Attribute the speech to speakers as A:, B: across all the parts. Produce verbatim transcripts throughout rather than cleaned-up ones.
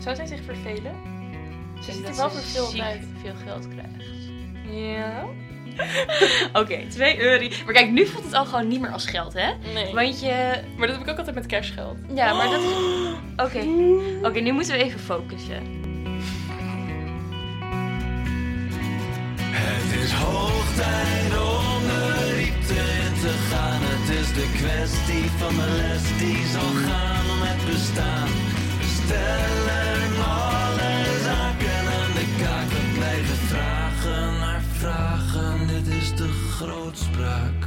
A: Zou zij zich vervelen? Ze ziet er
B: dat
A: wel
B: ze
A: verveeld
B: ziek
A: uit.
B: veel geld krijgt.
A: Ja?
B: Oké, okay, twee euro. Maar kijk, nu voelt het al gewoon niet meer als geld, hè?
A: Nee.
B: Want je...
A: Maar dat heb ik ook altijd met cashgeld.
B: Ja, maar dat is... Oké, okay. Oké, okay, nu moeten we even focussen.
C: Het is hoog tijd om de diepte in te gaan. Het is de kwestie van de les die zal gaan om het bestaan. We stellen alle zaken aan de kaak. We blijven vragen naar vragen. Dit is de grootspraak.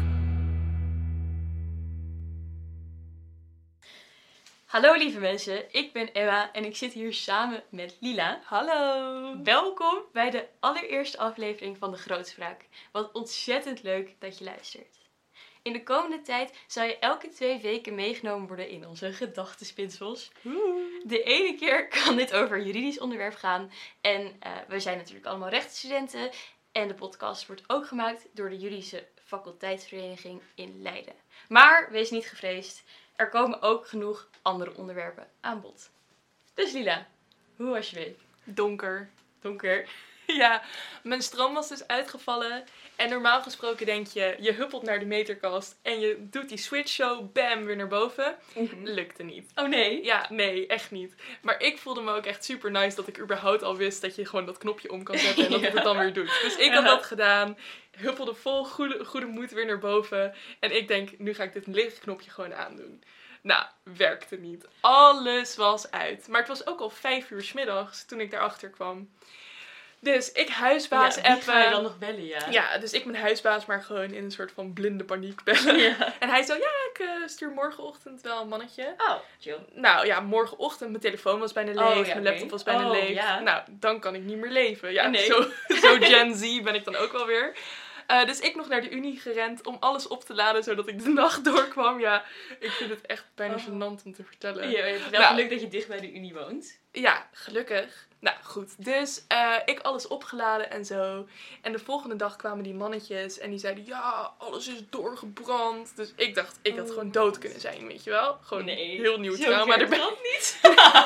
B: Hallo lieve mensen, ik ben Emma en ik zit hier samen met Lila.
A: Hallo!
B: Welkom bij de allereerste aflevering van De Grootspraak. Wat ontzettend leuk dat je luistert. In de komende tijd zal je elke twee weken meegenomen worden in onze gedachtenspinsels. De ene keer kan dit over een juridisch onderwerp gaan. En uh, we zijn natuurlijk allemaal rechtsstudenten. En de podcast wordt ook gemaakt door de juridische faculteitsvereniging in Leiden. Maar wees niet gevreesd, er komen ook genoeg andere onderwerpen aan bod. Dus Lila, hoe was je week?
A: Donker.
B: Donker.
A: Ja, mijn stroom was dus uitgevallen. En normaal gesproken denk je, je huppelt naar de meterkast en je doet die switch zo, bam, weer naar boven.
B: Mm-hmm.
A: Lukte niet.
B: Oh nee?
A: Ja, nee, echt niet. Maar ik voelde me ook echt super nice dat ik überhaupt al wist dat je gewoon dat knopje om kan zetten en dat het het dan weer doet. Dus ik had dat gedaan, huppelde vol goede, goede moed weer naar boven. En ik denk, nu ga ik dit lichtknopje gewoon aandoen. Nou, werkte niet. Alles was uit. Maar het was ook al vijf uur 's middags toen ik daarachter kwam. Dus ik huisbaas
B: ja,
A: even.
B: Ga je dan nog bellen, ja?
A: Ja, dus ik mijn huisbaas maar gewoon in een soort van blinde paniek bellen.
B: Ja.
A: En hij zo, ja, ik uh, stuur morgenochtend wel een mannetje.
B: Oh, chill.
A: Nou ja, morgenochtend, mijn telefoon was bijna leeg,
B: Oh, ja,
A: mijn
B: okay.
A: laptop was bijna
B: oh,
A: leeg.
B: Ja.
A: Nou, dan kan ik niet meer leven. Ja,
B: nee.
A: zo, zo Gen Z ben ik dan ook wel weer. Uh, dus ik nog naar de Unie gerend om alles op te laden, zodat ik de nacht doorkwam. Ja, ik vind het echt bijna
B: oh.
A: gênant om te vertellen.
B: Ja, het is wel
A: nou,
B: geluk dat je dicht bij de Unie woont.
A: Ja, gelukkig. Nou, goed. Dus uh, ik alles opgeladen en zo. En de volgende dag kwamen die mannetjes en die zeiden, ja, alles is doorgebrand. Dus ik dacht, ik had
B: oh,
A: gewoon dood kunnen zijn, weet je wel? Gewoon
B: nee,
A: heel nieuw
B: zo
A: trauma erbij.
B: dat niet.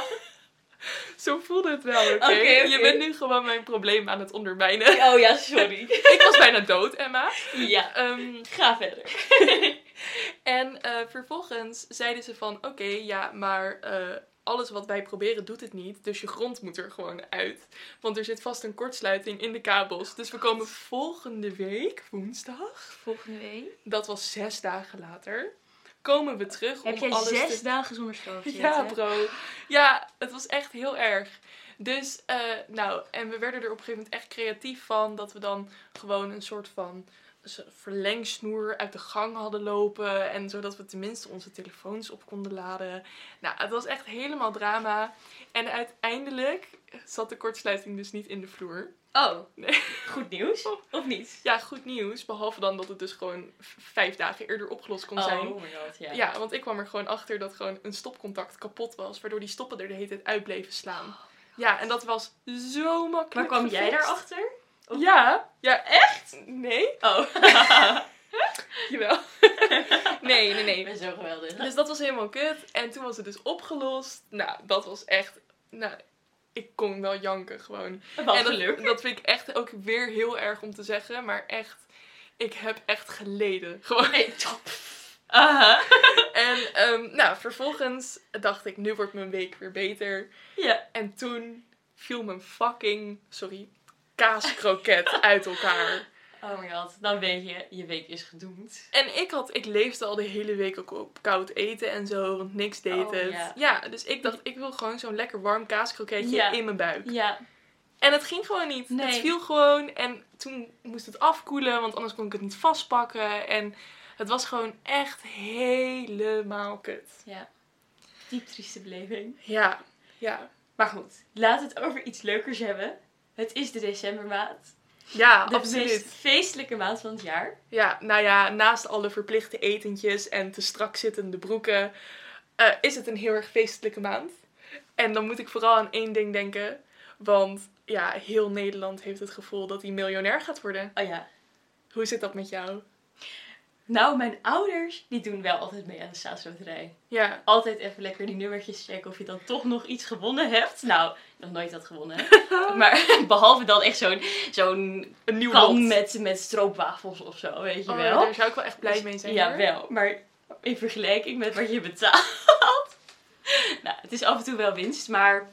A: Zo voelde het wel, oké?
B: Okay? Okay, okay.
A: Je bent nu gewoon mijn probleem aan het ondermijnen.
B: Oh ja, sorry.
A: Ik was bijna dood, Emma.
B: Ja,
A: Um,
B: ga verder.
A: en uh, vervolgens zeiden ze van, oké, okay, ja, maar uh, alles wat wij proberen doet het niet. Dus je grond moet er gewoon uit. Want er zit vast een kortsluiting in de kabels. Dus we komen volgende week, woensdag.
B: Volgende week?
A: Dat was zes dagen later. Komen we terug
B: Heb
A: om
B: jij
A: alles
B: zes
A: te...
B: dagen zonder stroom te
A: Ja,
B: zitten?
A: bro. Ja, het was echt heel erg. Dus, uh, nou, en we werden er op een gegeven moment echt creatief van. Dat we dan gewoon een soort van verlengsnoer uit de gang hadden lopen. En zodat we tenminste onze telefoons op konden laden. Nou, het was echt helemaal drama. En uiteindelijk zat de kortsluiting dus niet in de vloer.
B: Oh,
A: nee.
B: Goed nieuws? Of niet?
A: Ja, goed nieuws. Behalve dan dat het dus gewoon vijf dagen eerder opgelost kon zijn.
B: Oh my god, ja.
A: Ja, want ik kwam er gewoon achter dat gewoon een stopcontact kapot was. Waardoor die stoppen er de hele tijd uit bleven slaan.
B: Oh.
A: Ja, en dat was zo makkelijk.
B: Maar kwam jij
A: gefixt.
B: daarachter? Of...
A: Ja. Ja,
B: echt?
A: Nee.
B: Oh.
A: Jawel. Nee, nee, nee.
B: Ik ben zo geweldig.
A: Dus dat was helemaal kut. En toen was het dus opgelost. Nou, dat was echt... Nou, ik kon wel janken gewoon.
B: Wat
A: en dat,
B: geluk.
A: dat vind ik echt ook weer heel erg om te zeggen. Maar echt, ik heb echt geleden. Gewoon.
B: Hey, Aha.
A: En um, nou, vervolgens dacht ik, nu wordt mijn week weer beter.
B: Ja.
A: En toen viel mijn fucking, sorry, kaaskroket uit elkaar.
B: Oh my god, dan weet je, je week is gedoemd.
A: En ik had, ik leefde al de hele week ook op koud eten en zo, want niks deed
B: Oh,
A: het.
B: ja.
A: Ja, dus ik dacht, ik wil gewoon zo'n lekker warm kaaskroketje
B: Ja.
A: in mijn buik.
B: Ja.
A: En het ging gewoon niet.
B: Nee.
A: Het viel gewoon en toen moest het afkoelen, want anders kon ik het niet vastpakken. En het was gewoon echt helemaal kut.
B: Ja. Diep trieste beleving.
A: Ja, ja.
B: Maar goed, laten we het over iets leukers hebben. Het is de decembermaand.
A: Ja,
B: De
A: absoluut.
B: meest feestelijke maand van het jaar.
A: Ja, nou ja, naast alle verplichte etentjes en te strak zittende broeken, uh, is het een heel erg feestelijke maand. En dan moet ik vooral aan één ding denken. Want ja, heel Nederland heeft het gevoel dat hij miljonair gaat worden.
B: Oh ja.
A: Hoe zit dat met jou?
B: Nou, mijn ouders, die doen wel altijd mee aan de staatsloterij.
A: Ja.
B: Altijd even lekker die nummertjes checken of je dan toch nog iets gewonnen hebt. Nou, nog nooit had gewonnen. Maar behalve dan echt zo'n zo'n
A: Een nieuw
B: kan
A: lot.
B: met, met stroopwafels of zo, weet je
A: Oh,
B: wel.
A: daar zou ik wel echt blij mee zijn.
B: Ja,
A: hoor.
B: wel. Maar in vergelijking met wat je betaalt. Nou, het is af en toe wel winst, maar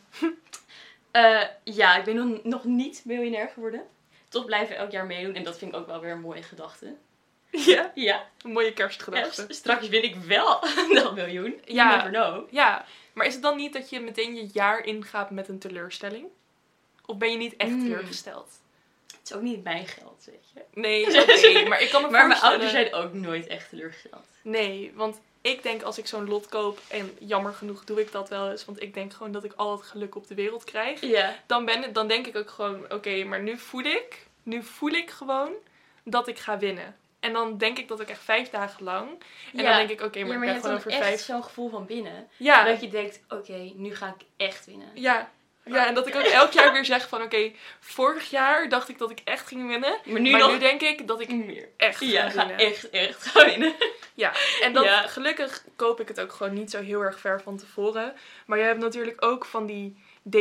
B: uh, ja, ik ben nog, nog niet miljonair geworden. Toch blijven elk jaar meedoen en dat vind ik ook wel weer een mooie gedachte.
A: Ja,
B: Ja,
A: een mooie kerstgedachte.
B: en straks win ik wel dat miljoen. You
A: Ja.
B: never know.
A: Ja, maar is het dan niet dat je meteen je jaar ingaat met een teleurstelling? Of ben je niet echt
B: Mm.
A: teleurgesteld?
B: Het is ook niet mijn geld, weet je.
A: Nee, oké, maar ik kan me
B: Maar mijn
A: voorstellen...
B: ouders zijn ook nooit echt teleurgesteld.
A: Nee, want ik denk als ik zo'n lot koop, en jammer genoeg doe ik dat wel eens, want ik denk gewoon dat ik al het geluk op de wereld krijg.
B: Ja.
A: Dan, ben, dan denk ik ook gewoon, oké, okay, maar nu voel ik, nu voel ik gewoon dat ik ga winnen. En dan denk ik dat ik echt vijf dagen lang. En
B: Ja.
A: dan denk ik, oké, okay, maar,
B: Ja, maar
A: ik
B: je
A: ben
B: hebt
A: gewoon
B: dan
A: over
B: echt
A: vijf...
B: zo'n gevoel van binnen.
A: Ja,
B: Dat je denkt, oké, okay, nu ga ik echt winnen.
A: ja. Ja, en dat ik ook elk jaar weer zeg van, oké, okay, vorig jaar dacht ik dat ik echt ging winnen.
B: Maar nu
A: maar
B: nog
A: nu denk ik dat ik
B: meer.
A: echt
B: Ja,
A: ga
B: ga
A: winnen.
B: echt, echt gaan winnen.
A: Ja, en dat,
B: Ja.
A: gelukkig koop ik het ook gewoon niet zo heel erg ver van tevoren. Maar je hebt natuurlijk ook van die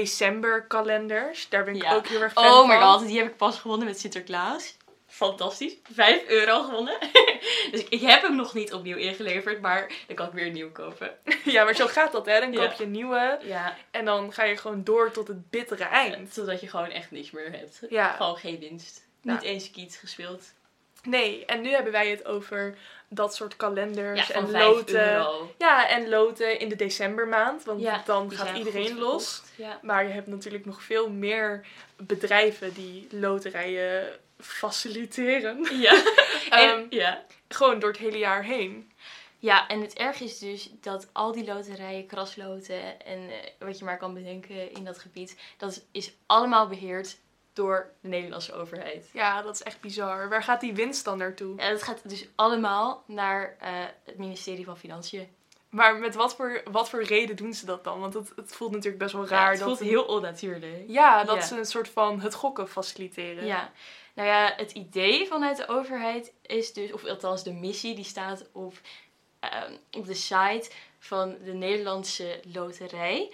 A: decemberkalenders. Daar ben ik
B: Ja.
A: ook heel erg fan
B: Oh my
A: van.
B: god, die heb ik pas gewonnen met Sinterklaas. Fantastisch. Vijf euro gewonnen. Dus ik heb hem nog niet opnieuw ingeleverd, maar dan kan ik weer een nieuw kopen.
A: Ja, maar zo gaat dat, hè. Dan koop
B: Ja.
A: je een nieuwe
B: Ja,
A: en dan ga je gewoon door tot het bittere eind.
B: zodat je gewoon echt niks meer hebt.
A: Ja.
B: Gewoon geen winst.
A: Ja.
B: Niet eens kiet gespeeld.
A: Nee, en nu hebben wij het over dat soort kalenders
B: Ja, van
A: en
B: vijf
A: loten.
B: euro.
A: Ja, en loten in de decembermaand, want
B: Ja,
A: dan
B: die
A: gaat
B: zijn
A: iedereen
B: goed
A: los.
B: verkocht. Ja.
A: Maar je hebt natuurlijk nog veel meer bedrijven die loterijen faciliteren.
B: Ja. En,
A: Ehm,
B: ja.
A: Gewoon door het hele jaar heen.
B: Ja, en het erg is dus dat al die loterijen, krasloten en uh, wat je maar kan bedenken in dat gebied, dat is allemaal beheerd door de Nederlandse overheid.
A: Ja, dat is echt bizar. Waar gaat die winst dan naartoe?
B: Ja, dat gaat dus allemaal naar uh, het ministerie van Financiën.
A: Maar met wat voor, wat voor reden doen ze dat dan? Want het, het voelt natuurlijk best wel raar.
B: Ja, het
A: dat
B: voelt heel onnatuurlijk.
A: Ja, dat
B: Ja.
A: ze een soort van het gokken faciliteren.
B: Ja, nou ja, het idee vanuit de overheid is dus, of althans de missie, die staat op, um, op de site van de Nederlandse Loterij.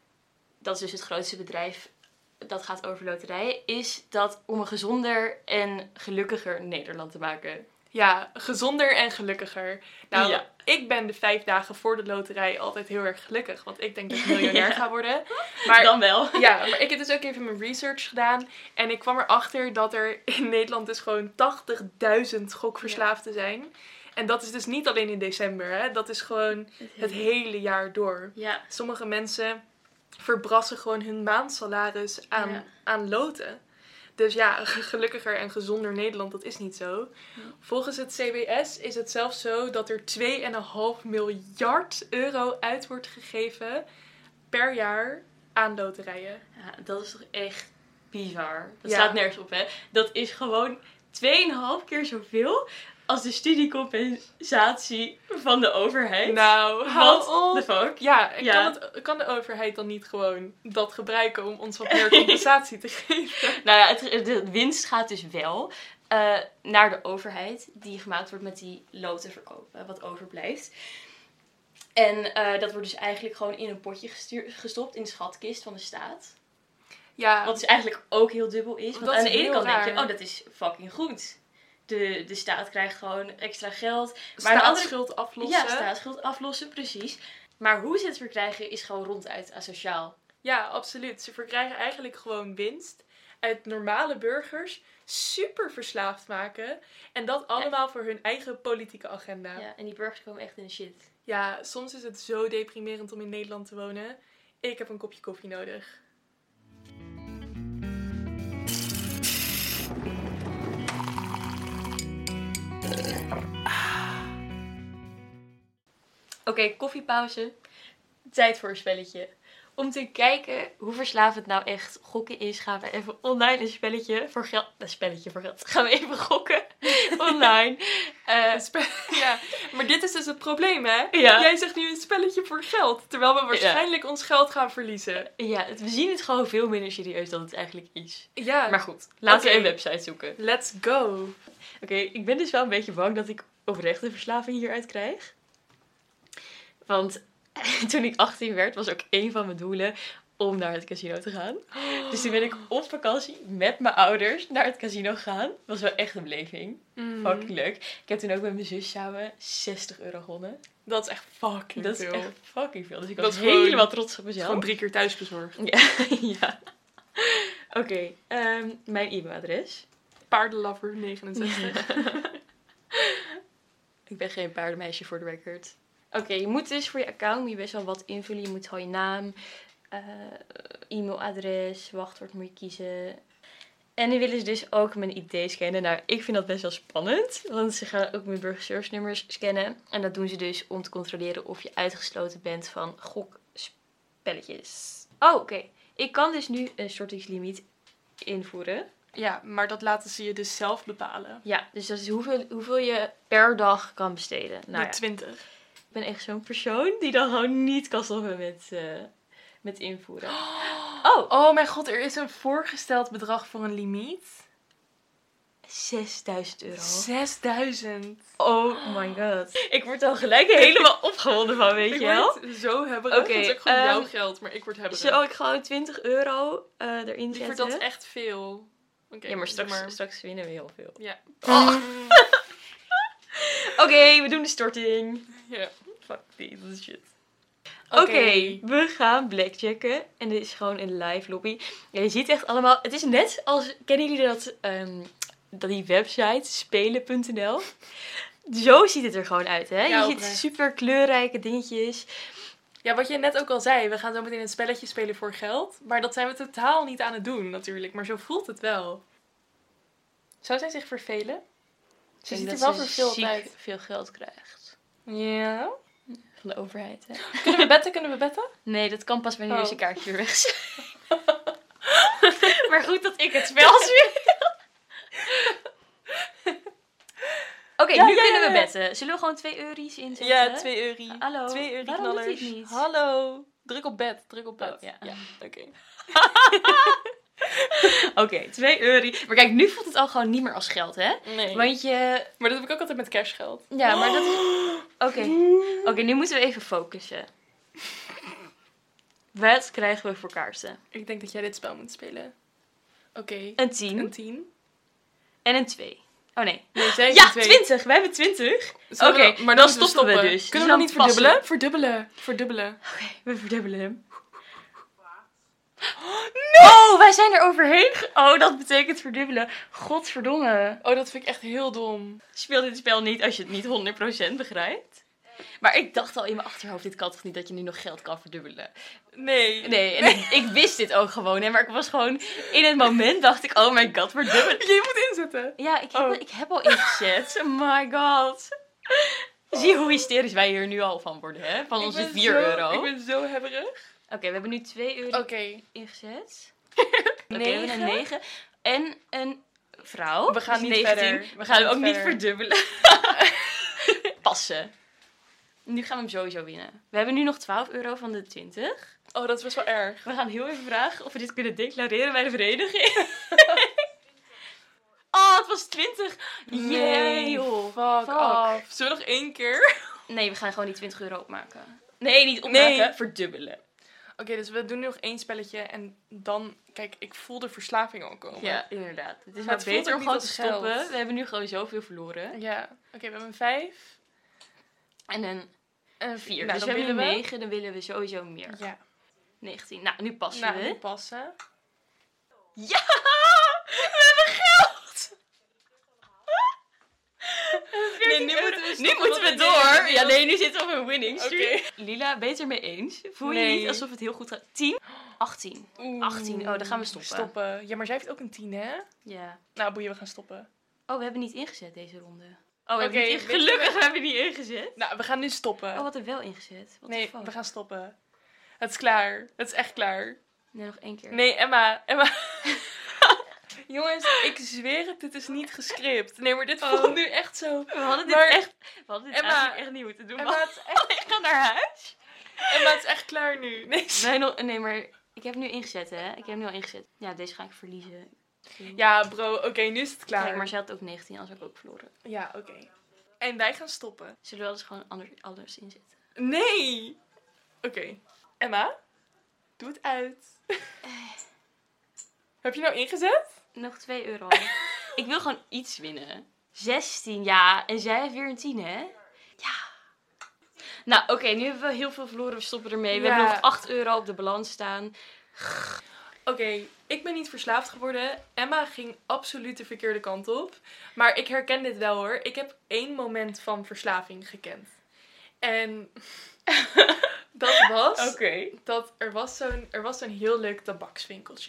B: Dat is dus het grootste bedrijf dat gaat over loterijen, is dat om een gezonder en gelukkiger Nederland te maken.
A: Ja, gezonder en gelukkiger. Nou,
B: Ja.
A: ik ben de vijf dagen voor de loterij altijd heel erg gelukkig. Want ik denk dat ik miljonair
B: Ja.
A: ga worden. Maar,
B: Dan wel.
A: ja, maar ik heb dus ook even mijn research gedaan. En ik kwam erachter dat er in Nederland dus gewoon tachtigduizend gokverslaafden zijn. En dat is dus niet alleen in december, hè. Dat is gewoon het hele jaar door.
B: Ja.
A: Sommige mensen verbrassen gewoon hun maandsalaris aan,
B: Ja.
A: aan loten. Dus ja, gelukkiger en gezonder Nederland, dat is niet zo. Volgens het C B S is het zelfs zo dat er twee komma vijf miljard euro uit wordt gegeven per jaar aan loterijen.
B: Ja, dat is toch echt bizar. Dat
A: Ja.
B: staat nergens op, hè. Dat is gewoon twee komma vijf keer zoveel als de studiecompensatie van de overheid.
A: Nou, hou
B: What
A: op.
B: the fuck?
A: Ja,
B: Ja.
A: Kan, het, kan de overheid dan niet gewoon dat gebruiken om ons wat meer compensatie te geven?
B: Nou ja, het, de winst gaat dus wel uh, naar de overheid, die gemaakt wordt met die lotenverkoop, uh, wat overblijft. En uh, dat wordt dus eigenlijk gewoon in een potje gestuur, gestopt in de schatkist van de staat.
A: Ja,
B: Wat dus eigenlijk ook heel dubbel is. Want
A: Dat
B: aan
A: is
B: de ene
A: heel
B: kant denk
A: raar.
B: je, oh, dat is fucking goed. De, de staat krijgt gewoon extra geld. Maar aan de andere
A: staatsschuld aflossen.
B: Ja, staatsschuld aflossen, precies. Maar hoe ze het verkrijgen is gewoon ronduit asociaal.
A: Ja, absoluut. Ze verkrijgen eigenlijk gewoon winst uit normale burgers super verslaafd maken. En dat allemaal voor hun eigen politieke agenda. Ja.
B: Ja, en die burgers komen echt in de shit.
A: Soms is het zo deprimerend om in Nederland te wonen. Ik heb een kopje koffie nodig.
B: Oké, okay, koffiepauze. Tijd voor een spelletje. Om te kijken hoe verslavend nou echt gokken is, gaan we even online een spelletje voor geld... Een spelletje voor geld. Gaan we even gokken. Online. Uh,
A: Een spe- ja, maar dit is dus het probleem, hè?
B: Ja.
A: Jij zegt nu een spelletje voor geld. Terwijl we waarschijnlijk ja. ons geld gaan verliezen.
B: Ja, het, we zien het gewoon veel minder serieus dan het eigenlijk is.
A: Ja.
B: Maar goed, laten
A: okay.
B: we een website zoeken.
A: Let's go.
B: Oké, okay, ik ben dus wel een beetje bang dat ik oprecht een verslaving hieruit krijg. Want toen ik achttien werd, was ook één van mijn doelen om naar het casino te gaan. Dus toen ben ik op vakantie met mijn ouders naar het casino gegaan. Was wel echt een beleving.
A: Mm.
B: Fucking leuk. Ik heb toen ook met mijn zus samen zestig euro gewonnen.
A: Dat is echt fucking
B: Dat
A: veel.
B: is echt fucking veel. Dus ik
A: Dat
B: was
A: is gewoon-
B: helemaal trots op mezelf.
A: Gewoon drie keer thuis bezorgd.
B: Ja. ja. Oké, okay, um, mijn e-mailadres.
A: Paardenlover negenenzestig.
B: Ik ben geen paardenmeisje voor de record. Oké, okay, je moet dus voor je account moet je best wel wat invullen. Je moet gewoon je naam, uh, e-mailadres, wachtwoord moet je kiezen. En die willen ze dus ook mijn I D scannen. Nou, ik vind dat best wel spannend. Want ze gaan ook mijn burgerservice-nummers scannen. En dat doen ze dus om te controleren of je uitgesloten bent van gokspelletjes. Oh, oké. Okay. Ik kan dus nu een stortingslimiet invoeren.
A: Ja, maar dat laten ze je dus zelf bepalen.
B: Ja, dus dat is hoeveel, hoeveel je per dag kan besteden. Nou,
A: de twintig.
B: Ja. Ik ben echt zo'n persoon die dan gewoon niet kan stoppen met, uh, met invoeren.
A: Oh. oh mijn god, er is een voorgesteld bedrag voor een limiet.
B: zesduizend euro.
A: zesduizend.
B: Oh my god. Ik word al gelijk helemaal opgewonden van, weet
A: ik
B: je wel?
A: Ik word zo hebberig.
B: Oké.
A: Okay, dat is ook gewoon
B: um,
A: jouw geld, maar ik word hebberig.
B: Zal ik gewoon twintig euro uh, erin
A: zetten?
B: zetten?
A: Dat is echt veel.
B: Okay, ja, maar straks, maar straks winnen we heel veel.
A: Ja.
B: Oh. Oké, okay, we doen de storting.
A: Ja. Yeah.
B: Fuck this shit. Oké, okay, we gaan blackjacken. En dit is gewoon een live lobby. Ja, je ziet echt allemaal... Het is net als... Kennen jullie dat... Um, dat die website spelen punt n l? Zo ziet het er gewoon uit, hè? Ja, je ziet super kleurrijke dingetjes.
A: Ja, wat je net ook al zei. We gaan zo meteen een spelletje spelen voor geld. Maar dat zijn we totaal niet aan het doen, natuurlijk. Maar zo voelt het wel. Zou zij zich vervelen? Ze
B: ik
A: ziet er
B: wel
A: verveeld uit.
B: Veel geld krijgt.
A: Ja.
B: Van de overheid, hè?
A: Kunnen we betten? Kunnen we betten?
B: Nee, dat kan pas wanneer
A: oh.
B: je zijn kaartje weer weg is. Maar goed dat ik het spel speel. Oké, okay, ja, nu ja, kunnen ja, ja. we betten. Zullen we gewoon twee euro's inzetten?
A: Ja, twee euro.
B: Hallo.
A: Twee euro
B: Waarom
A: knallers.
B: doet hij het niet?
A: Hallo. Druk op bed. Druk op bed.
B: Oh, ja.
A: ja. Oké. Okay.
B: Oké, okay, twee euro. Maar kijk, nu voelt het al gewoon niet meer als geld, hè?
A: Nee.
B: Want je...
A: Maar dat heb ik ook altijd met cashgeld.
B: Ja, maar dat is... Oké, okay. Oké, okay, nu moeten we even focussen. Wat krijgen we voor kaarten?
A: Ik denk dat jij dit spel moet spelen. Oké. Okay.
B: Een tien.
A: Een tien.
B: En een twee. Oh nee.
A: nee zij
B: ja,
A: twee.
B: twintig. Wij hebben twintig. Oké, okay, maar dan, dan stoppen we, stoppen we dus.
A: Kunnen dus we dan niet verdubbelen? Verdubbelen. Verdubbelen.
B: Oké, okay, we verdubbelen hem. Nee! Oh, wij zijn er overheen. Oh, dat betekent verdubbelen. Godverdomme.
A: Oh, dat vind ik echt heel dom.
B: Speel dit spel niet als je het niet honderd procent begrijpt. Maar ik dacht al in mijn achterhoofd, dit kan toch niet dat je nu nog geld kan verdubbelen?
A: Nee.
B: Nee, en nee. Ik, ik wist dit ook gewoon. Hè, maar ik was gewoon, in het moment dacht ik, oh my god, verdubbelen.
A: Je moet inzetten.
B: Ja, ik heb, oh. ik heb al ingezet. Oh my god. Zie je hoe hysterisch wij hier nu al van worden, hè? Van onze vier euro.
A: Ik ben zo hebberig.
B: Oké, okay, we hebben nu twee euro
A: okay.
B: ingezet. Oké, okay, we hebben een negen. En een vrouw.
A: We gaan
B: dus
A: niet
B: negentien.
A: verder.
B: We,
A: we
B: gaan
A: gaan
B: ook
A: verder.
B: niet verdubbelen. Passen. Nu gaan we hem sowieso winnen. We hebben nu nog twaalf euro van de twintig.
A: Oh, dat is best wel erg.
B: We gaan heel even vragen of we dit kunnen declareren bij de vereniging. Oh, het was twintig.
A: Nee, joh. Fuck, fuck off. Zullen we nog één keer?
B: Nee, we gaan gewoon die twintig euro opmaken. Nee, niet opmaken. Nee. Verdubbelen.
A: Oké, okay, dus we doen nu nog één spelletje en dan... Kijk, ik voel de verslaving al komen.
B: Ja, inderdaad. Het is maar het beter om gewoon te stoppen.
A: Geld.
B: We hebben nu gewoon zoveel verloren.
A: Ja. Oké, okay, we hebben een vijf.
B: En een,
A: een
B: vier.
A: Nou,
B: dus we hebben een negen, dan willen we sowieso meer.
A: Ja.
B: negentien. Nou, nu passen
A: nou,
B: we.
A: Nu passen.
B: Ja! We hebben geld!
A: Nee, nu moeten we,
B: nu moeten we door. Ja, nee, nu zitten we op een winning streak.
A: Okay.
B: Lila, ben je het ermee eens? Voel je
A: nee.
B: niet alsof het heel goed gaat? tien? achttien.
A: Oeh.
B: achttien. Oh, dan gaan we stoppen.
A: Stoppen. Ja, maar zij heeft ook een tien, hè?
B: Ja.
A: Nou, boeien, we gaan stoppen.
B: Oh, we hebben niet ingezet deze ronde. Oh, we
A: okay,
B: hebben niet ingezet. Gelukkig we... hebben we niet ingezet.
A: Nou, we gaan nu stoppen.
B: Oh, wat er wel ingezet. What
A: nee, we gaan stoppen. Het is klaar. Het is echt klaar.
B: Nee, nog één keer.
A: Nee, Emma. Emma. Jongens, ik zweer het, dit is niet gescript. Nee, maar dit oh. voelt nu echt zo.
B: We hadden dit
A: maar...
B: echt, we hadden dit
A: Emma,
B: echt niet moeten doen.
A: Emma, het is echt...
B: ik ga naar huis.
A: Emma, het is echt klaar nu. Nee,
B: nee, no, nee, maar ik heb nu ingezet, hè. Ik heb nu al ingezet. Ja, deze ga ik verliezen.
A: Ja, bro. Oké, okay, nu is het klaar.
B: Kijk, maar ze had ook negentien, als ik ook verloren.
A: Ja, oké. Okay. En wij gaan stoppen.
B: Zullen we alles gewoon anders, anders inzetten?
A: Nee! Oké. Okay. Emma, doe het uit. Heb je nou ingezet?
B: Nog twee euro. Ik wil gewoon iets winnen. zestien, ja. En zij weer een tien, hè? Ja. Nou, oké. Okay, nu hebben we heel veel verloren. We stoppen ermee. We
A: ja.
B: hebben nog acht euro op de balans staan.
A: Oké, okay, ik ben niet verslaafd geworden. Emma ging absoluut de verkeerde kant op. Maar ik herken dit wel hoor. Ik heb één moment van verslaving gekend. En dat was
B: okay.
A: dat er was zo'n er was zo'n heel leuk tabakswinkeltje.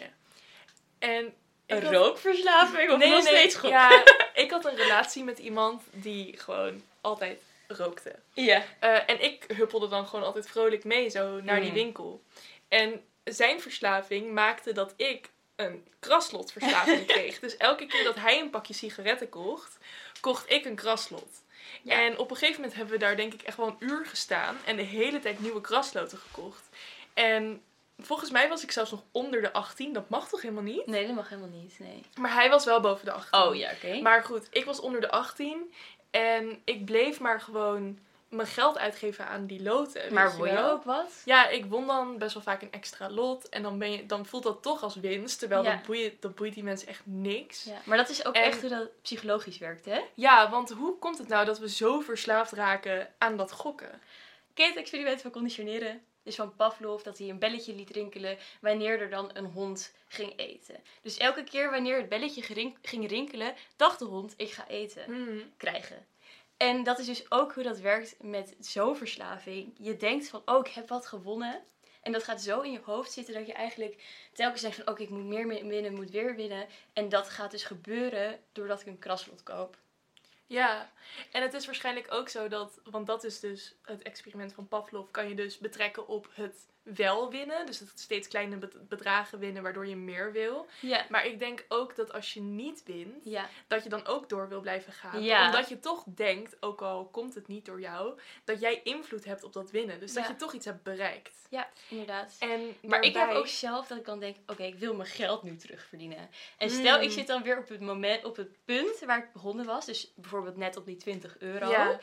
A: En
B: een had... rookverslaving of nee, nog
A: nee,
B: steeds goed?
A: Ja, ik had een relatie met iemand die gewoon altijd rookte.
B: Ja.
A: Uh, en ik huppelde dan gewoon altijd vrolijk mee zo naar mm. die winkel. En zijn verslaving maakte dat ik een kraslotverslaving kreeg. Dus elke keer dat hij een pakje sigaretten kocht, kocht ik een kraslot. Ja. En op een gegeven moment hebben we daar denk ik echt wel een uur gestaan. En de hele tijd nieuwe krasloten gekocht. En volgens mij was ik zelfs nog onder de achttien. Dat mag toch helemaal niet?
B: Nee, dat mag helemaal niet, nee.
A: Maar hij was wel boven de achttien.
B: Oh ja, oké. Okay.
A: Maar goed, ik was onder de achttien. En ik bleef maar gewoon mijn geld uitgeven aan die loten.
B: Maar won je ook wat?
A: Ja, ik won dan best wel vaak een extra lot. En dan, ben je, dan voelt dat toch als winst. Terwijl ja. dat, boeit, dat boeit die mensen echt niks.
B: Ja, maar dat is ook en, echt hoe dat psychologisch werkt, hè?
A: Ja, want hoe komt het nou dat we zo verslaafd raken aan dat gokken?
B: Ken je het experiment van conditioneren? Dus van Pavlov, dat hij een belletje liet rinkelen wanneer er dan een hond ging eten. Dus elke keer wanneer het belletje gerink- ging rinkelen, dacht de hond, ik ga eten
A: hmm.
B: krijgen. En dat is dus ook hoe dat werkt met zo'n verslaving. Je denkt van, oh, ik heb wat gewonnen. En dat gaat zo in je hoofd zitten dat je eigenlijk telkens denkt van, oké, okay, ik moet meer winnen, moet weer winnen. En dat gaat dus gebeuren doordat ik een kraslot koop.
A: Ja, en het is waarschijnlijk ook zo dat, want dat is dus het experiment van Pavlov, kan je dus betrekken op het wel winnen. Dus het steeds kleine bedragen winnen, waardoor je meer wil.
B: Ja.
A: Maar ik denk ook dat als je niet wint,
B: ja.
A: dat je dan ook door wil blijven gaan.
B: Ja.
A: Omdat je toch denkt, ook al komt het niet door jou, dat jij invloed hebt op dat winnen. Dus ja. dat je toch iets hebt bereikt.
B: Ja, inderdaad.
A: En
B: maar
A: daarbij...
B: ik heb ook zelf dat ik dan denk, oké, okay, ik wil mijn geld nu terugverdienen. En stel, mm. ik zit dan weer op het moment, op het punt waar ik begonnen was. Dus bijvoorbeeld net op die twintig euro.
A: Ja.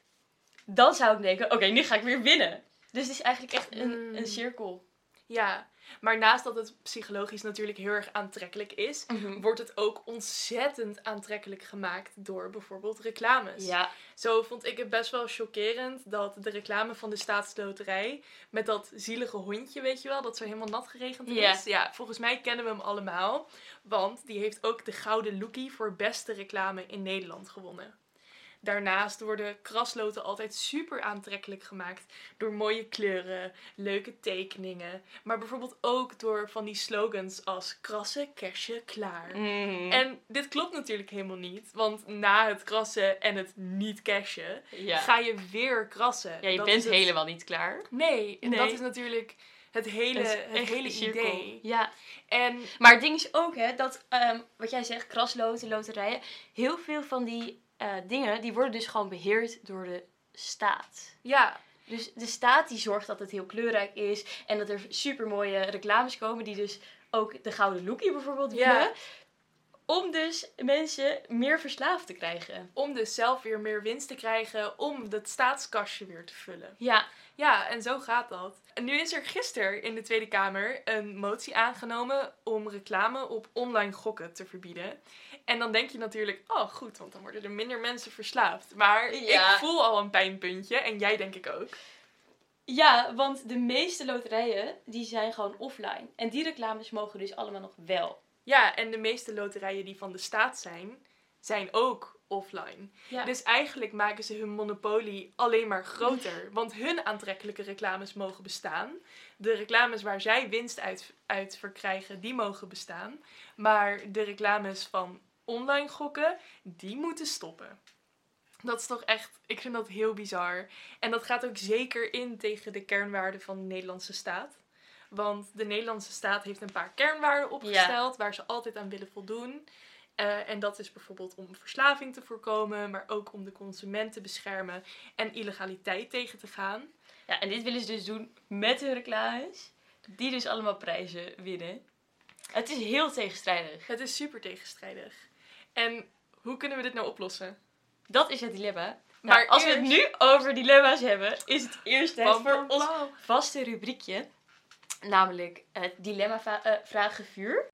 B: Dan zou ik denken, oké, okay, nu ga ik weer winnen. Dus het is eigenlijk echt een,
A: mm.
B: een cirkel.
A: Ja, maar naast dat het psychologisch natuurlijk heel erg aantrekkelijk is,
B: mm-hmm.
A: wordt het ook ontzettend aantrekkelijk gemaakt door bijvoorbeeld reclames.
B: Ja.
A: Zo vond ik het best wel chockerend dat de reclame van de Staatsloterij met dat zielige hondje, weet je wel, dat zo helemaal nat geregend is.
B: Ja.
A: Ja, volgens mij kennen we hem allemaal, want die heeft ook de Gouden Loekie voor beste reclame in Nederland gewonnen. Daarnaast worden krasloten altijd super aantrekkelijk gemaakt door mooie kleuren, leuke tekeningen. Maar bijvoorbeeld ook door van die slogans als krassen, cashen, klaar.
B: Mm.
A: En dit klopt natuurlijk helemaal niet. Want na het krassen en het niet cashen,
B: ja.
A: ga je weer krassen.
B: Ja, je
A: dat
B: bent
A: het...
B: helemaal niet klaar.
A: Nee,
B: nee.
A: dat is natuurlijk het hele, het
B: het
A: hele idee.
B: Ja.
A: En...
B: Maar het ding is ook, hè, dat um, wat jij zegt, krasloten, loterijen, heel veel van die... Uh, dingen, die worden dus gewoon beheerd door de staat.
A: Ja.
B: Dus de staat die zorgt dat het heel kleurrijk is. En dat er super mooie reclames komen. Die dus ook de Gouden Loekie bijvoorbeeld winnen.
A: Ja.
B: Om dus mensen meer verslaafd te krijgen.
A: Om dus zelf weer meer winst te krijgen. Om het staatskastje weer te vullen.
B: Ja.
A: Ja, en zo gaat dat. En nu is er gisteren in de Tweede Kamer een motie aangenomen om reclame op online gokken te verbieden. En dan denk je natuurlijk, oh goed, want dan worden er minder mensen verslaafd. Maar
B: ja.
A: ik voel al een pijnpuntje en jij denk ik ook.
B: Ja, want de meeste loterijen, die zijn gewoon offline. En die reclames mogen dus allemaal nog wel.
A: Ja, en de meeste loterijen die van de staat zijn, zijn ook offline.
B: Ja.
A: Dus eigenlijk maken ze hun monopolie alleen maar groter. Want hun aantrekkelijke reclames mogen bestaan. De reclames waar zij winst uit, uit verkrijgen, die mogen bestaan. Maar de reclames van online gokken, die moeten stoppen. Dat is toch echt, ik vind dat heel bizar. En dat gaat ook zeker in tegen de kernwaarden van de Nederlandse staat. Want de Nederlandse staat heeft een paar kernwaarden opgesteld, ja. waar ze altijd aan willen voldoen. Uh, en dat is bijvoorbeeld om verslaving te voorkomen, maar ook om de consument te beschermen en illegaliteit tegen te gaan.
B: Ja, en dit willen ze dus doen met hun reclames, die dus allemaal prijzen winnen. Het is heel tegenstrijdig.
A: Het is super tegenstrijdig. En hoe kunnen we dit nou oplossen?
B: Dat is het dilemma. Maar
A: Maar
B: als we het
A: eerst-
B: nu over dilemma's hebben, is het eerst tijd
A: Pam,
B: voor
A: pam,
B: ons
A: pam.
B: vaste rubriekje. Namelijk het dilemma-vragenvuur.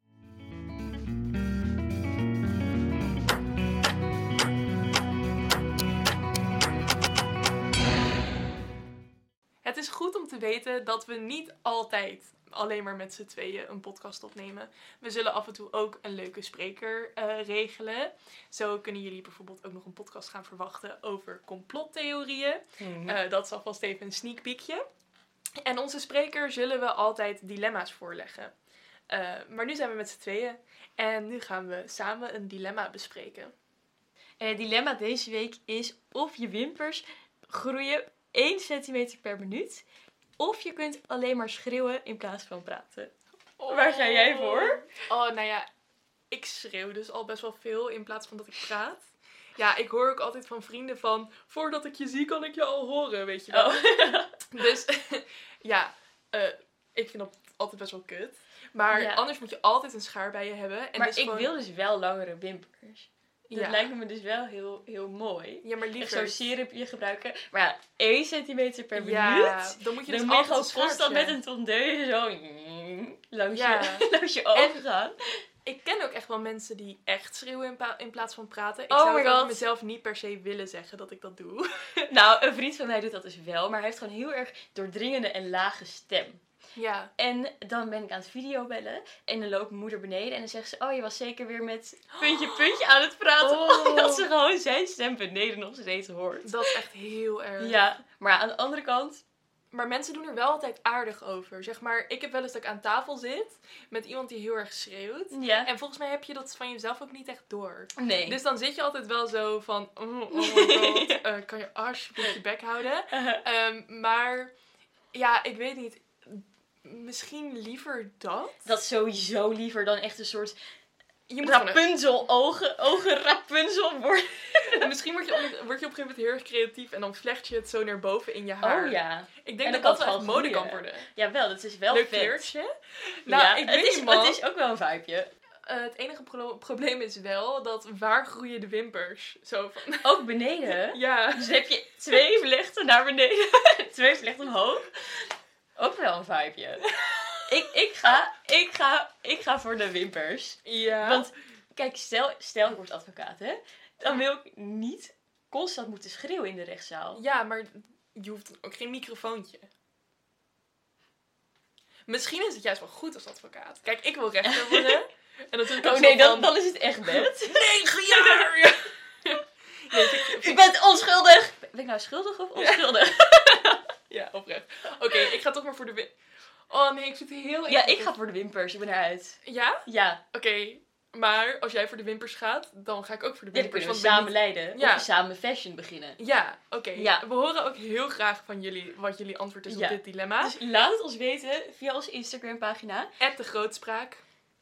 A: Het is goed om te weten dat we niet altijd alleen maar met z'n tweeën een podcast opnemen. We zullen af en toe ook een leuke spreker uh, regelen. Zo kunnen jullie bijvoorbeeld ook nog een podcast gaan verwachten over complottheorieën.
B: Mm.
A: Uh, dat is alvast even een sneak peekje. En onze spreker zullen we altijd dilemma's voorleggen. Uh, maar nu zijn we met z'n tweeën. En nu gaan we samen een dilemma bespreken.
B: En het dilemma deze week is of je wimpers groeien één centimeter per minuut. Of je kunt alleen maar schreeuwen in plaats van praten.
A: Oh.
B: Waar ga jij voor?
A: Oh, nou ja, ik schreeuw dus al best wel veel in plaats van dat ik praat. Ja, ik hoor ook altijd van vrienden van, voordat ik je zie kan ik je al horen, weet je wel.
B: Oh.
A: Dus ja, uh, ik vind dat altijd best wel kut. Maar
B: Ja.
A: anders moet je altijd een schaar bij je hebben. En
B: Maar
A: dus
B: ik
A: gewoon...
B: wil dus wel langere wimpers. Dat
A: Ja.
B: lijkt me dus wel heel, heel mooi.
A: Ja, maar
B: Echt
A: liever...
B: zo'n sierupje gebruiken. Maar ja, één centimeter per
A: Ja,
B: minuut.
A: dan moet je
B: Dan
A: dus
B: moet je
A: altijd
B: gewoon
A: een
B: constant
A: schaartje.
B: met een tondeuse zo langs,
A: Ja.
B: je, langs je ogen gaan.
A: Ik ken ook echt wel mensen die echt schreeuwen in, pa- in plaats van praten. Ik
B: Oh
A: zou
B: my
A: het over
B: God.
A: mezelf niet per se willen zeggen dat ik dat doe.
B: Nou, een vriend van mij doet dat dus wel. Maar hij heeft gewoon heel erg doordringende en lage stem.
A: Ja.
B: En dan ben ik aan het videobellen. En dan loopt mijn moeder beneden. En dan zegt ze, oh, je was zeker weer met puntje, puntje aan het praten.
A: Oh.
B: Omdat ze gewoon zijn stem beneden nog steeds hoort.
A: Dat is echt heel erg.
B: Ja, maar aan de andere kant...
A: Maar mensen doen er wel altijd aardig over. Zeg maar, ik heb wel eens dat ik aan tafel zit met iemand die heel erg schreeuwt.
B: Ja.
A: En volgens mij heb je dat van jezelf ook niet echt door.
B: Nee.
A: Dus dan zit je altijd wel zo van, oh, oh my god, uh, kan je alsjeblieft je bek houden?
B: Uh-huh.
A: Um, maar ja, ik weet niet. Misschien liever dat.
B: Dat is sowieso liever dan echt een soort
A: Je moet gewoon een-
B: Rapunzel, ogen, ogen Rapunzel worden.
A: Misschien word je, op, word je op een gegeven moment heel erg creatief en dan vlecht je het zo naar boven in je haar.
B: Oh ja.
A: Ik denk
B: En
A: dat
B: dan
A: dat
B: kan
A: wel
B: het
A: echt
B: wel
A: mode
B: groeien.
A: kan worden.
B: Jawel, dat is wel
A: Leuk
B: vet.
A: kleurtje. Nou,
B: Ja,
A: ik
B: het,
A: weet
B: is,
A: niet, man.
B: het is ook wel een vibeje.
A: Uh, het enige pro- probleem is wel dat waar groeien de wimpers? Zo van,
B: Ook beneden.
A: ja.
B: Dus heb je twee vlechten naar beneden, twee vlechten omhoog. Ook wel een vibeje. ik, ik, ga, ik, ga, ik ga voor de wimpers.
A: Ja.
B: Want, kijk, stel, stel ik word advocaat, hè. Dan wil ik niet constant moeten schreeuwen in de rechtszaal.
A: Ja, maar je hoeft ook geen microfoontje. Misschien is het juist wel goed als advocaat. Kijk, ik wil rechter worden. En natuurlijk ook
B: Oh
A: zo
B: nee, dan,
A: van,
B: dan is het echt bed.
A: negen jaar! Ja. Nee, vind ik- vind
B: U
A: ik-
B: bent onschuldig! Ben ik nou schuldig of onschuldig?
A: Ja, oprecht. Oké, ik ga toch maar voor de win. Oh nee, ik zit heel
B: Ja, ik ga voor de wimpers. Ik ben eruit.
A: Ja?
B: Ja,
A: Oké. Maar als jij voor de wimpers gaat, dan ga ik ook voor de
B: ja dan
A: wimpers.
B: kunnen we
A: want ik ben
B: samen leiden.
A: Ja.
B: Of samen fashion beginnen.
A: niet- Ja, oké.
B: Ja.
A: We horen ook heel graag van jullie wat jullie antwoord is
B: Ja.
A: op dit dilemma.
B: Dus laat het ons weten via onze Instagram pagina.
A: At de grootspraak.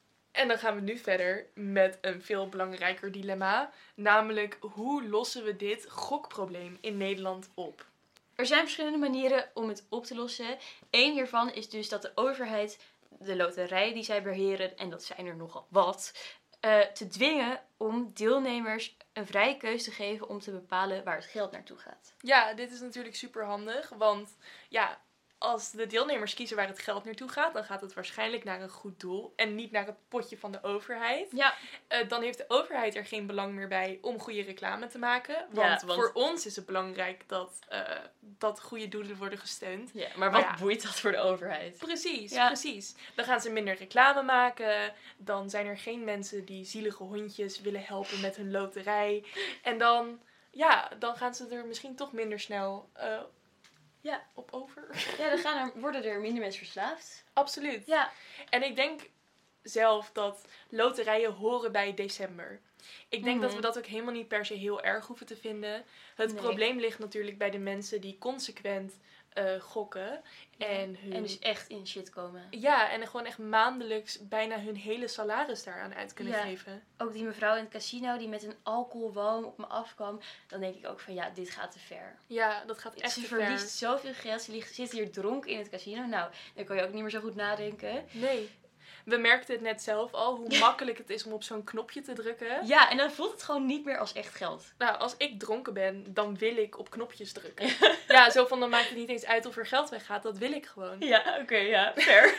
A: En dan gaan we nu verder met een veel belangrijker dilemma. Namelijk, hoe lossen we dit gokprobleem in Nederland op?
B: Er zijn verschillende manieren om het op te lossen. Eén hiervan is dus dat de overheid de loterijen die zij beheren, en dat zijn er nogal wat, uh, te dwingen om deelnemers een vrije keus te geven om te bepalen waar het geld naartoe gaat.
A: Ja, dit is natuurlijk super handig. Want ja, als de deelnemers kiezen waar het geld naartoe gaat, dan gaat het waarschijnlijk naar een goed doel. En niet naar het potje van de overheid.
B: Ja,
A: Uh, dan heeft de overheid er geen belang meer bij om goede reclame te maken. Want,
B: Ja, want-
A: voor ons is het belangrijk dat, uh, dat goede doelen worden gesteund.
B: ja maar
A: Maar
B: wat
A: ja.
B: boeit dat voor de overheid?
A: Precies,
B: Ja.
A: precies. Dan gaan ze minder reclame maken. Dan zijn er geen mensen die zielige hondjes willen helpen met hun loterij. En dan, ja, dan gaan ze er misschien toch minder snel uh,
B: Ja.
A: op over.
B: Ja, dan gaan er, worden er minder mensen verslaafd.
A: Absoluut.
B: Ja,
A: En ik denk zelf dat loterijen horen bij december. Ik denk
B: Mhm.
A: dat we dat ook helemaal niet per se heel erg hoeven te vinden. Het
B: Nee.
A: probleem ligt natuurlijk bij de mensen die consequent uh, gokken. En, hun...
B: en dus echt in shit komen.
A: Ja, en gewoon echt maandelijks bijna hun hele salaris daaraan uit kunnen
B: Ja.
A: geven.
B: Ook die mevrouw in het casino die met een alcoholwalm op me afkwam. Dan denk ik ook van ja, dit gaat te ver.
A: Ja, dat gaat echt
B: Ze
A: te
B: verliest
A: ver.
B: zoveel geld. Ze ligt, zit hier dronken in het casino. Nou, dan kan je ook niet meer zo goed nadenken.
A: Nee. We merkten het net zelf al, hoe makkelijk het is om op zo'n knopje te drukken.
B: Ja, en dan voelt het gewoon niet meer als echt geld.
A: Nou, als ik dronken ben, dan wil ik op knopjes drukken. Ja, zo van, dan maakt het niet eens uit of er geld weggaat. Dat wil ik gewoon.
B: Ja, oké, okay, ja, fair.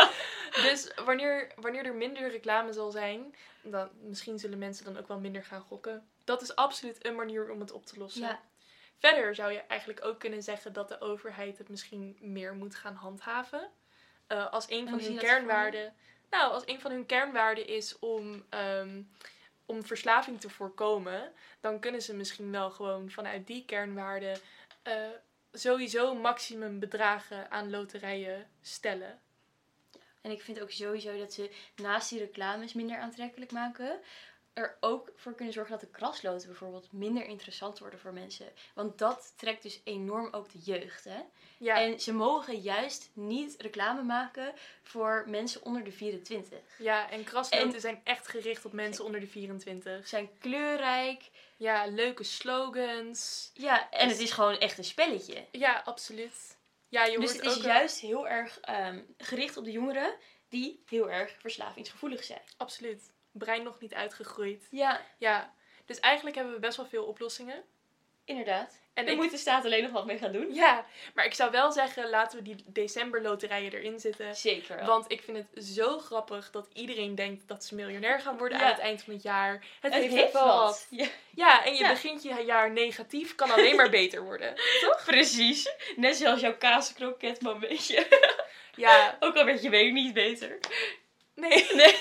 A: Dus wanneer, wanneer er minder reclame zal zijn, dan misschien zullen mensen dan ook wel minder gaan gokken. Dat is absoluut een manier om het op te lossen.
B: Ja.
A: Verder zou je eigenlijk ook kunnen zeggen dat de overheid het misschien meer moet gaan handhaven. Uh, als een van hun kernwaarden. Nou, als een van hun kernwaarden is om, um, om verslaving te voorkomen, dan kunnen ze misschien wel gewoon vanuit die kernwaarden uh, sowieso maximum bedragen aan loterijen stellen.
B: En ik vind ook sowieso dat ze naast die reclames minder aantrekkelijk maken, er ook voor kunnen zorgen dat de krasloten bijvoorbeeld minder interessant worden voor mensen. Want dat trekt dus enorm ook de jeugd, hè? Ja. En ze mogen juist niet reclame maken voor mensen onder de vierentwintig.
A: Ja, en krasloten en zijn echt gericht op mensen onder de vierentwintig.
B: Ze zijn kleurrijk.
A: Ja, leuke slogans.
B: Ja, en het is gewoon echt een spelletje.
A: Ja, absoluut. Ja, je
B: dus
A: hoort
B: het is
A: ook
B: juist heel erg um, gericht op de jongeren die heel erg verslavingsgevoelig zijn.
A: Absoluut. Brein nog niet uitgegroeid.
B: Ja.
A: Ja. Dus eigenlijk hebben we best wel veel oplossingen.
B: Inderdaad.
A: En
B: er
A: ik...
B: moet de staat alleen nog wat mee gaan doen.
A: Ja, maar ik zou wel zeggen, laten we die decemberloterijen erin zitten.
B: Zeker wel.
A: Want ik vind het zo grappig dat iedereen denkt dat ze miljonair gaan worden
B: ja.
A: aan het eind van het jaar. Het,
B: het
A: heeft,
B: heeft
A: wel wat.
B: wat.
A: Ja. ja, en je ja. begint je jaar negatief, kan alleen maar beter worden. Toch?
B: Precies. Net zoals jouw kaaskroket momentje.
A: Ja.
B: Ook al werd je week niet beter.
A: Nee.
B: Nee.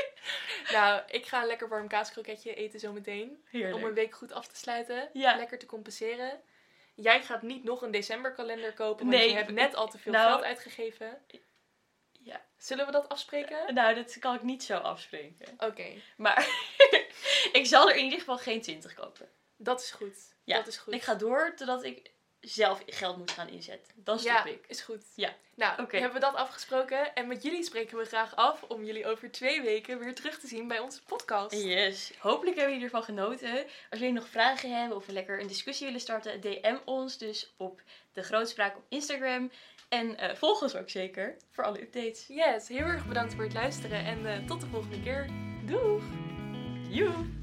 A: Nou, ik ga een lekker warm kaaskroketje eten zometeen.
B: Heerlijk.
A: Om een week goed af te sluiten.
B: Ja.
A: Lekker te compenseren. Jij gaat niet nog een decemberkalender kopen, want
B: nee,
A: je hebt net al te veel
B: nou,
A: geld uitgegeven.
B: Ja.
A: Zullen we dat afspreken?
B: Nou, dat kan ik niet zo afspreken.
A: Oké. Okay.
B: Maar ik zal er in ieder geval geen twintig kopen.
A: Dat is goed.
B: Ja.
A: Dat is goed.
B: Ik ga door totdat ik zelf geld moet gaan inzetten. Dan stop
A: ja,
B: ik.
A: is goed.
B: Ja.
A: Nou, okay. hebben we dat afgesproken. En met jullie spreken we graag af om jullie over twee weken weer terug te zien bij onze podcast.
B: Yes. Hopelijk hebben jullie ervan genoten. Als jullie nog vragen hebben of lekker een discussie willen starten, D M ons dus op De Grootspraak op Instagram. En uh, volg ons ook zeker voor alle updates.
A: Yes, heel erg bedankt voor het luisteren en uh, tot de volgende keer. Doeg!
B: Joe!